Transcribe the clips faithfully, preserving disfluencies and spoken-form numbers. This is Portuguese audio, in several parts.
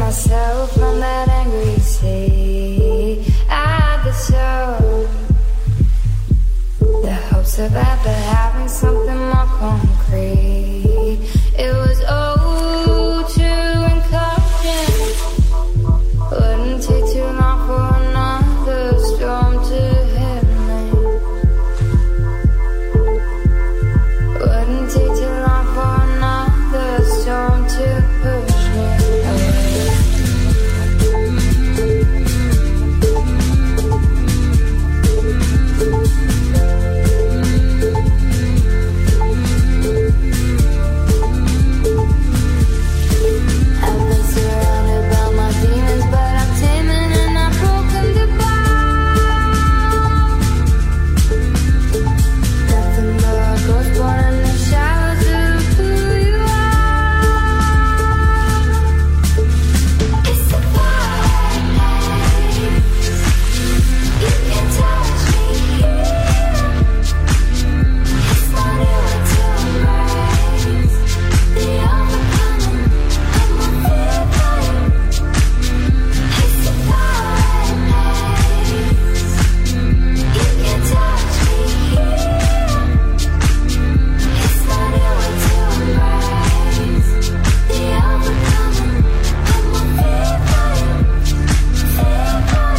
myself from that angry sea. I had the soul, the hopes of ever having something more concrete. It was oh too encouraging. Wouldn't take too long for another storm to hit me. Wouldn't take too long for another storm to push me away. I've been surrounded by my demons, but I'm taming and I'm broken to bound. Nothing but a ghost born in the shadows of who you are. It's a fire place. You can touch me here. It's not you to embrace. The overcoming of my fear fire. It's a fire place. You can touch me here. It's not you to embrace. The overcoming of my fear fire. Fear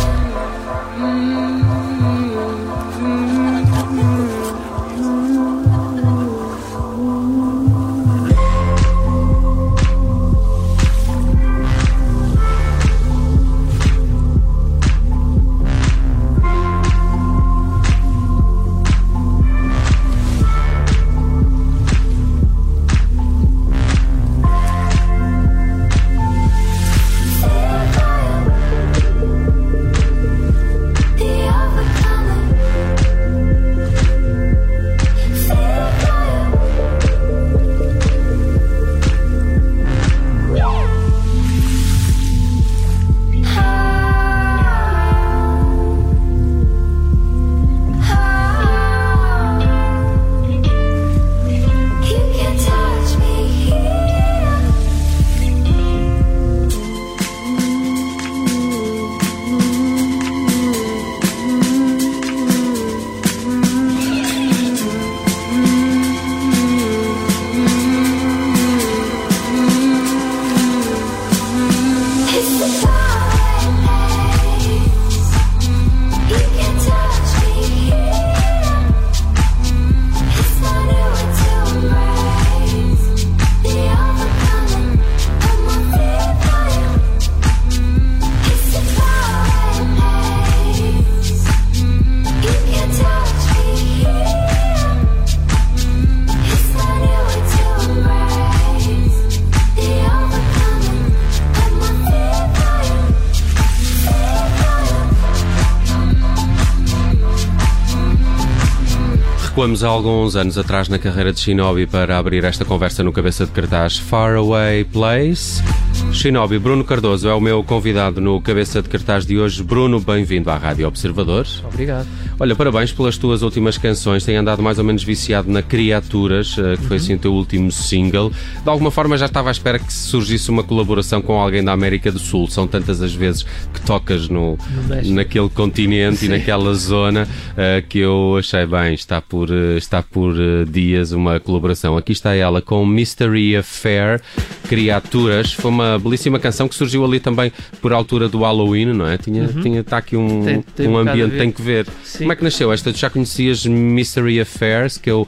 Recuamos há alguns anos atrás na carreira de Shinobi para abrir esta conversa no Cabeça de Cartaz. Faraway Place. Shinobi, Bruno Cardoso é o meu convidado no Cabeça de Cartaz de hoje. Bruno, bem-vindo à Rádio Observador. Obrigado. Olha, parabéns pelas tuas últimas canções. Tem andado mais ou menos viciado na Criaturas, que foi assim o teu último single. De alguma forma já estava à espera que surgisse uma colaboração com alguém da América do Sul. São tantas as vezes que tocas no, no naquele continente. Sim. E naquela zona uh, que eu achei bem, está por, uh, está por uh, dias uma colaboração. Aqui está ela com Mystery Affair, Criaturas. Foi uma belíssima canção que surgiu ali também por altura do Halloween, não é? Tinha, uhum. tinha, está aqui um, tem, tem um ambiente, tem que ver. Sim. Como é que nasceu esta? Tu já conhecias Mystery Affairs, que eu,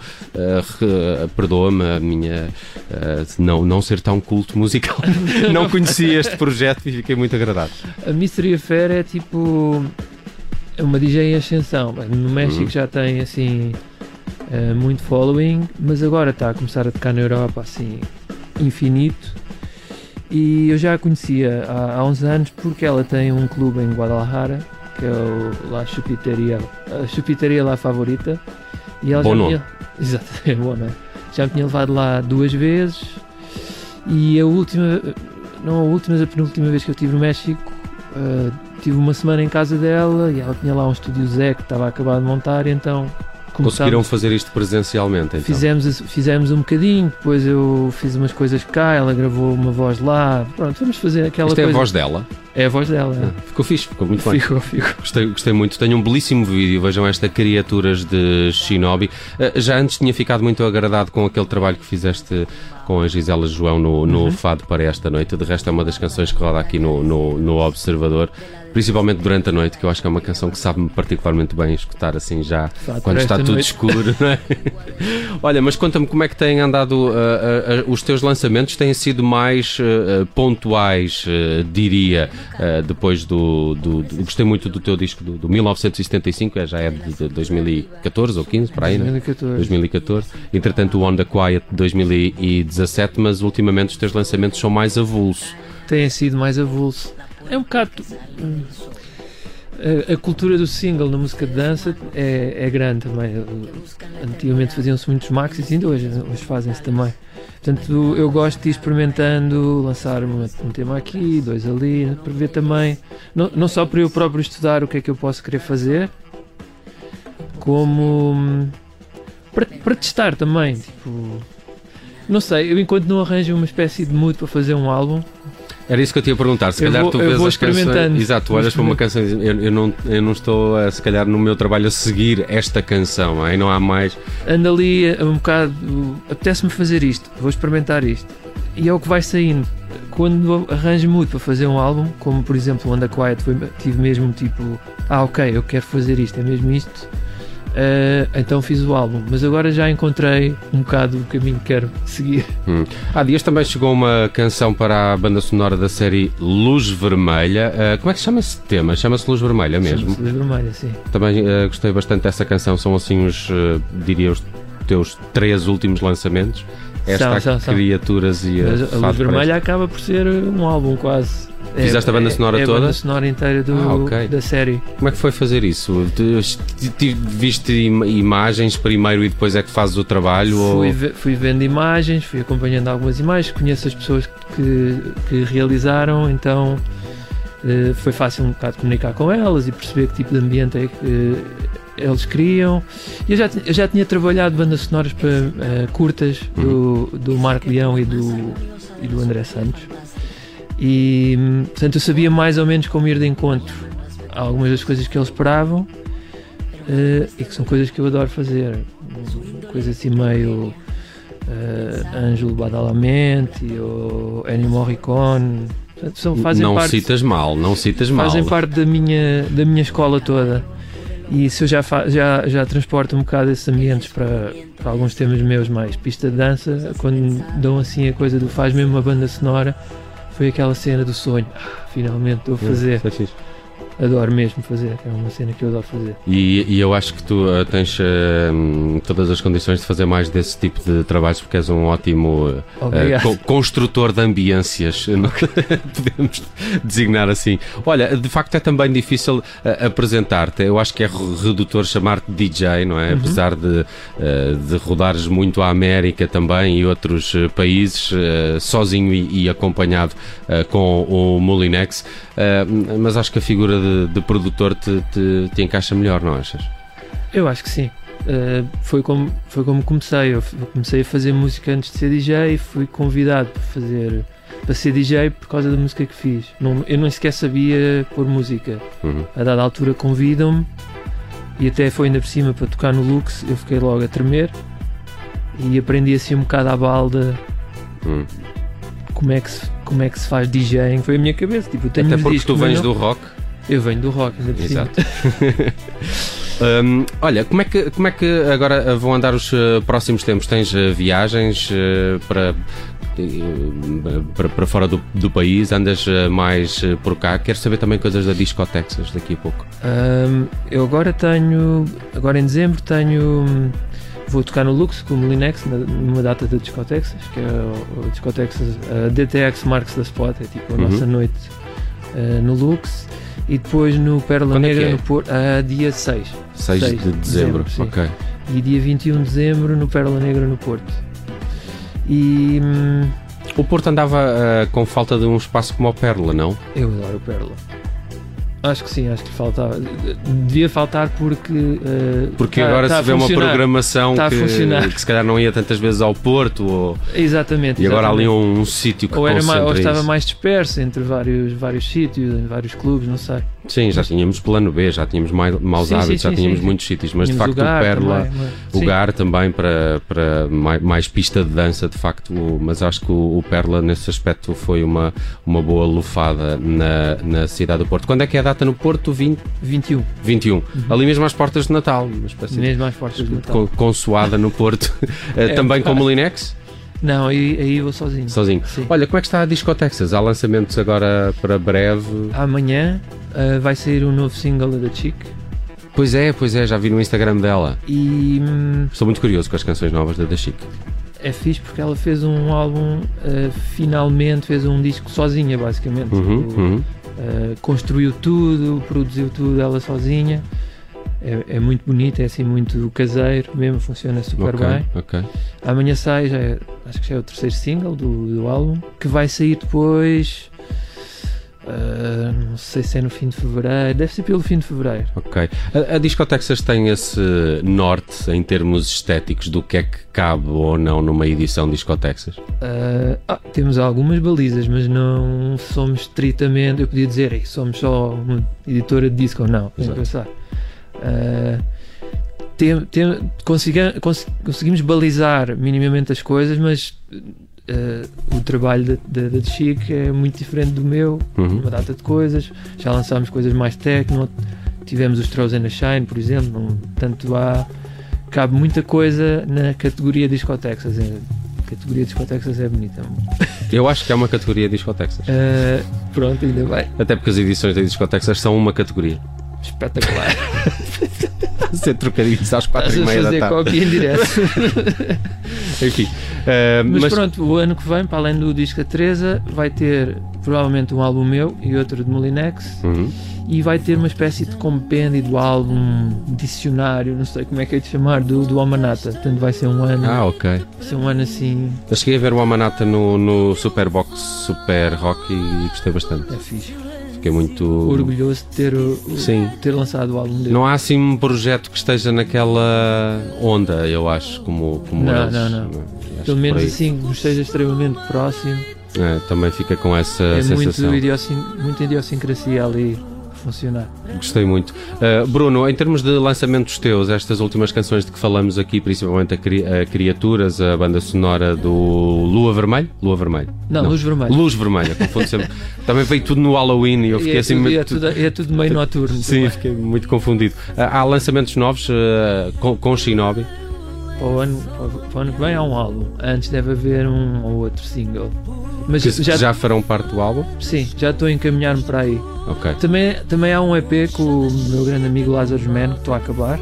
uh, perdoa-me a minha uh, não, não ser tão culto musical, não conhecia este projeto e fiquei muito agradado. A Mystery Affair é tipo uma D J em ascensão. No México uhum. já tem assim uh, muito following, mas agora está a começar a tocar na Europa assim infinito. E eu já a conhecia há, há uns anos porque ela tem um clube em Guadalajara, que é o La Chupiteria, a Chupiteria lá favorita. E ela bom já nome. Tinha, exato, é bom, não é? Já me tinha levado lá duas vezes e a última, não a última, mas a penúltima vez que eu estive no México, uh, tive uma semana em casa dela e ela tinha lá um estúdio Zé que estava a acabar de montar, e então Conseguiram fazer isto presencialmente, então? Fizemos, fizemos um bocadinho, depois eu fiz umas coisas cá, ela gravou uma voz lá. Pronto, vamos fazer aquela Isto coisa. é a voz dela? É a voz dela. Ah, é. ficou fixe, ficou muito bem. Ficou, ficou. Gostei, gostei muito. Tenho um belíssimo vídeo, vejam esta Criaturas de Shinobi. Uh, já antes tinha ficado muito agradado com aquele trabalho que fizeste com a Gisela João no, no Uhum. Fado para esta noite. De resto é uma das canções que roda aqui no, no, no Observador, principalmente durante a noite, que eu acho que é uma canção que sabe-me particularmente bem escutar assim já Fado quando para está esta tudo noite. escuro, não é? Olha, mas conta-me como é que têm andado uh, uh, uh, os teus lançamentos. Têm sido mais uh, uh, pontuais, uh, diria, uh, depois do, do, do... Gostei muito do teu disco do, do mil novecentos e setenta e cinco, é, já é de, de dois mil e catorze ou quinze, para aí, dois né? mil e catorze. dois mil e catorze. Entretanto, o On The Quiet de dois mil e dezassete, mas ultimamente os teus lançamentos são mais avulsos. Tem sido mais avulso. É um bocado. hum, A, a cultura do single na música de dança é, é grande também. Antigamente faziam-se muitos maxis e ainda hoje, hoje fazem-se também. Portanto, eu gosto de ir experimentando, lançar um, um tema aqui, dois ali, para ver também, não, não só para eu próprio estudar o que é que eu posso querer fazer, como hum, para, para testar também. Tipo, não sei, eu enquanto não arranjo uma espécie de mood para fazer um álbum. Era isso que eu te ia perguntar. Se Eu calhar vou- tu eu vês vou as canções. experimentando. Exato, tu Vou olhas para uma canção e dizes, eu, eu, não, eu não estou, a, se calhar, no meu trabalho a seguir esta canção. Aí não há mais. Ando ali a- um bocado, apetece-me fazer isto, vou experimentar isto, e é o que vai saindo. Quando arranjo mood para fazer um álbum, como por exemplo o On The Quiet, foi, tive mesmo tipo, ah ok, eu quero fazer isto, é mesmo isto, eh, então fiz o álbum, mas agora já encontrei um bocado o caminho que quero seguir. Hum. Há dias também chegou uma canção para a banda sonora da série Luz Vermelha. Uh, como é que se chama esse tema? Chama-se Luz Vermelha mesmo? Chama-se Luz Vermelha, sim. Também uh, gostei bastante dessa canção. São assim os, uh, diria, os teus três últimos lançamentos. Esta São, são, são. Criaturas e a, Mas a Fado Luz para Vermelha acaba por ser um álbum quase. Fizeste a banda sonora é, é toda? a banda sonora inteira do, Ah, ok. da série. Como é que foi fazer isso? Te- te- Viste im- imagens primeiro e depois é que fazes o trabalho? Fui, Ou... ve- fui vendo imagens, fui acompanhando algumas imagens, conheço as pessoas que, que realizaram, então eh, foi fácil um bocado comunicar com elas e perceber que tipo de ambiente é que eh, eles criam. E eu já, ti- eu já tinha trabalhado bandas sonoras para eh, curtas do, do Marco Leão e do, e do André Santos. E hum, portanto eu sabia mais ou menos como ir de encontro a algumas das coisas que eles esperavam, eh, e que são coisas que eu adoro fazer, coisas assim meio uh, Ângelo Badalamenti ou Ennio Morricone. Portanto, são, fazem não parte, citas mal, não citas mal. fazem parte da minha, da minha escola toda, e isso eu já, fa- já, já transporto um bocado esses ambientes para, para alguns temas meus mais pista de dança, quando dão assim a coisa do faz mesmo uma banda sonora. Foi aquela cena do sonho, ah, finalmente estou a fazer. Isso é fixe. Adoro mesmo fazer, é uma cena que eu adoro fazer. E, e eu acho que tu uh, tens uh, todas as condições de fazer mais desse tipo de trabalhos, porque és um ótimo uh, Obrigado. co- construtor de ambiências, não podemos designar assim. Olha, de facto é também difícil uh, apresentar-te. Eu acho que é redutor chamar-te D J, não é? Uhum. Apesar de, uh, de rodares muito a América também e outros uh, países, uh, sozinho e, e acompanhado uh, com o Molinex, uh, mas acho que a figura de De, de produtor te, te, te encaixa melhor, não achas? Eu acho que sim. Uh, foi, como, foi como comecei. Eu f- comecei a fazer música antes de ser D J e fui convidado para, fazer, para ser D J por causa da música que fiz. Não, eu nem sequer sabia pôr música. Uhum. A dada altura convidam-me e até foi ainda por cima para tocar no Lux. Eu fiquei logo a tremer e aprendi assim um bocado à balda. Uhum. Como é, que se, como é que se faz DJing. Foi a minha cabeça. Tipo, eu tenho Até uns porque discos, tu mas vens não- do rock. Eu venho do rock, ainda por cima. Exato. Hum, olha, como é, que, como é que agora vão andar os uh, próximos tempos? Tens uh, viagens uh, para, uh, para, para fora do, do país? Andas uh, mais uh, por cá? Quero saber também coisas da Disco Texas daqui a pouco. Um, eu agora tenho, agora em dezembro tenho, vou tocar no Lux com o Molinex na- numa data da Disco Texas, que é o, o Disco Texas, a D T X Marks da Spot, é tipo a Uhum. nossa noite uh, no Lux, e depois no Pérola Quando é que Negra é? no Porto, a dia seis, seis de seis de dezembro. dezembro, sim. Ok. e dia vinte e um de dezembro no Pérola Negra no Porto. E hum, O Porto andava uh, com falta de um espaço como o Pérola, não? eu adoro o Pérola. Acho que sim, acho que faltava. Devia faltar porque. Uh, porque tá, agora tá se vê uma programação tá que, que se calhar não ia tantas vezes ao Porto. Ou, exatamente. E agora há ali exatamente. um, um sítio que ou, era mais, ou estava isso. mais disperso entre vários, vários sítios, em vários clubes, não sei. Sim, já tínhamos plano B, já tínhamos mais, maus sim, hábitos, sim, já sim, tínhamos sim, muitos sim. sítios, mas Tínhamos de facto o, o Perla, também, mas, o sim. Gar também para, para mais, mais pista de dança, de facto, mas acho que o, o Perla nesse aspecto foi uma, uma boa lufada na, na cidade do Porto. Quando é que é a data no Porto? vinte vinte e um. vinte e um. Uhum. Ali mesmo às portas de Natal, uma espécie mesmo às portas de Natal. Consoada no Porto, é, também com o Molinex? Não, aí, aí vou sozinho. Sozinho. Sim. Olha, como é que está a Disco Texas? Há lançamentos agora para breve? Amanhã uh, vai sair um novo single da Chic. Pois é, pois é, já vi no Instagram dela. E hum, estou muito curioso com as canções novas da Chic. É fixe porque ela fez um álbum, uh, finalmente fez um disco sozinha, basicamente. Uhum, tipo, uhum. Uh, construiu tudo, produziu tudo ela sozinha. É, é muito bonito, é assim muito caseiro mesmo, funciona super okay, bem. Okay. Amanhã sai, já é, acho que já é o terceiro single do, do álbum, que vai sair depois, uh, não sei se é no fim de fevereiro, deve ser pelo fim de fevereiro. Ok. A, a Disco Texas tem esse norte em termos estéticos do que é que cabe ou não numa edição Disco Texas? Uh, ah, temos algumas balizas, mas não somos estritamente, eu podia dizer, Ei, somos só uma editora de disco, não, tem que pensar. Uh, tem, tem, consiga, cons, conseguimos balizar minimamente as coisas, mas uh, o trabalho da, da, da Chic é muito diferente do meu, uhum. Uma data de coisas, já lançámos coisas mais techno, tivemos os Throws and a Shine, por exemplo, não, portanto há, cabe muita coisa na categoria Disco Texas. A categoria Disco Texas é bonita. Eu acho que é uma categoria Disco Texas. Uh, pronto, ainda bem. Até porque as edições da Disco Texas são uma categoria. Espetacular. Ser trocadilhos às quatro e meia da tarde. Fazer cópia em direto. Enfim. Uh, mas, mas pronto, o ano que vem, para além do disco da Teresa, vai ter provavelmente um álbum meu e outro de Molinex. Uhum. E vai ter uma espécie de compêndio do álbum, dicionário, não sei como é que é de chamar, do, do Almanata. Portanto, vai ser um ano. Ah, ok. Vai ser um ano assim. Eu cheguei a ver o Almanata no, no Superbox Super Rock e gostei bastante. É fixe. Fiquei muito orgulhoso de ter, o, Sim. ter lançado o álbum dele. Não há assim um projeto que esteja naquela onda, eu acho, como, como não, eles. Não, não, não. Pelo menos assim, que esteja extremamente próximo. É, também fica com essa é sensação. É muito muita idiosincrasia ali a funcionar. Gostei muito. Uh, Bruno, em termos de lançamentos teus, estas últimas canções de que falamos aqui, principalmente a, cri a Criaturas, a banda sonora do Lua Vermelho? Lua Vermelho? Não, não. Luz Vermelha. Luz Vermelha, confundo sempre. Também veio tudo no Halloween e eu fiquei e é assim... Tudo, muito... é, tudo, é tudo meio noturno. Sim, também. Fiquei muito confundido. Uh, há lançamentos novos uh, com, com Shinobi? Para o, ano, para o ano que vem há um álbum. Antes deve haver um ou outro single. Mas que, já, que já farão parte do álbum? Sim, já estou a encaminhar-me para aí. Okay. Também, também há um E P com o meu grande amigo Lázaro Man, que estou a acabar.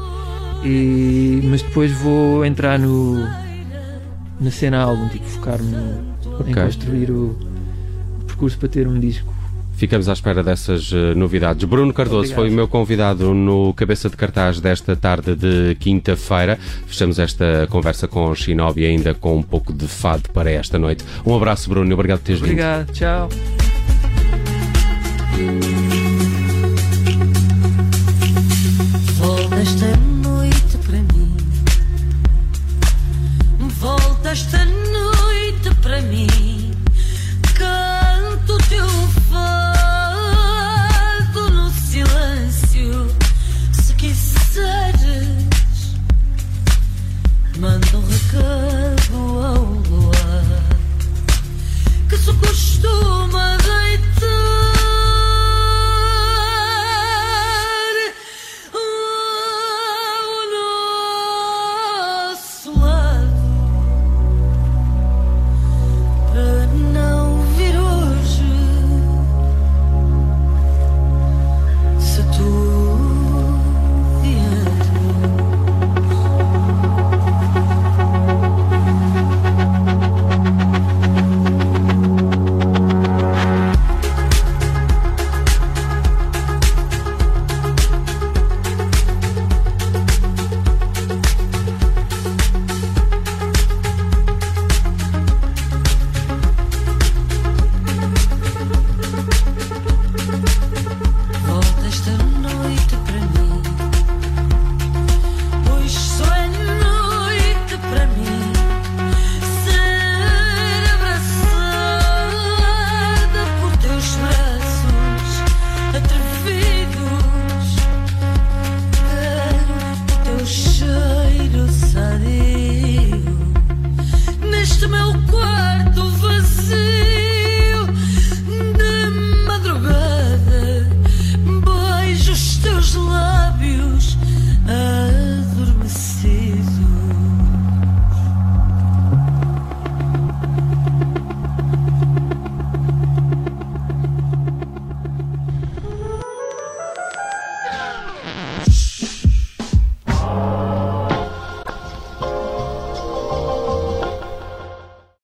E, mas depois vou entrar no na cena álbum, tipo, focar-me okay. em construir o, o percurso para ter um disco. Ficamos à espera dessas uh, novidades. Bruno Cardoso Obrigado. Foi o meu convidado no Cabeça de Cartaz desta tarde de quinta-feira. Fechamos esta conversa com o Shinobi ainda com um pouco de fado para esta noite. Um abraço, Bruno, e obrigado por teres Obrigado. vindo. Obrigado, tchau.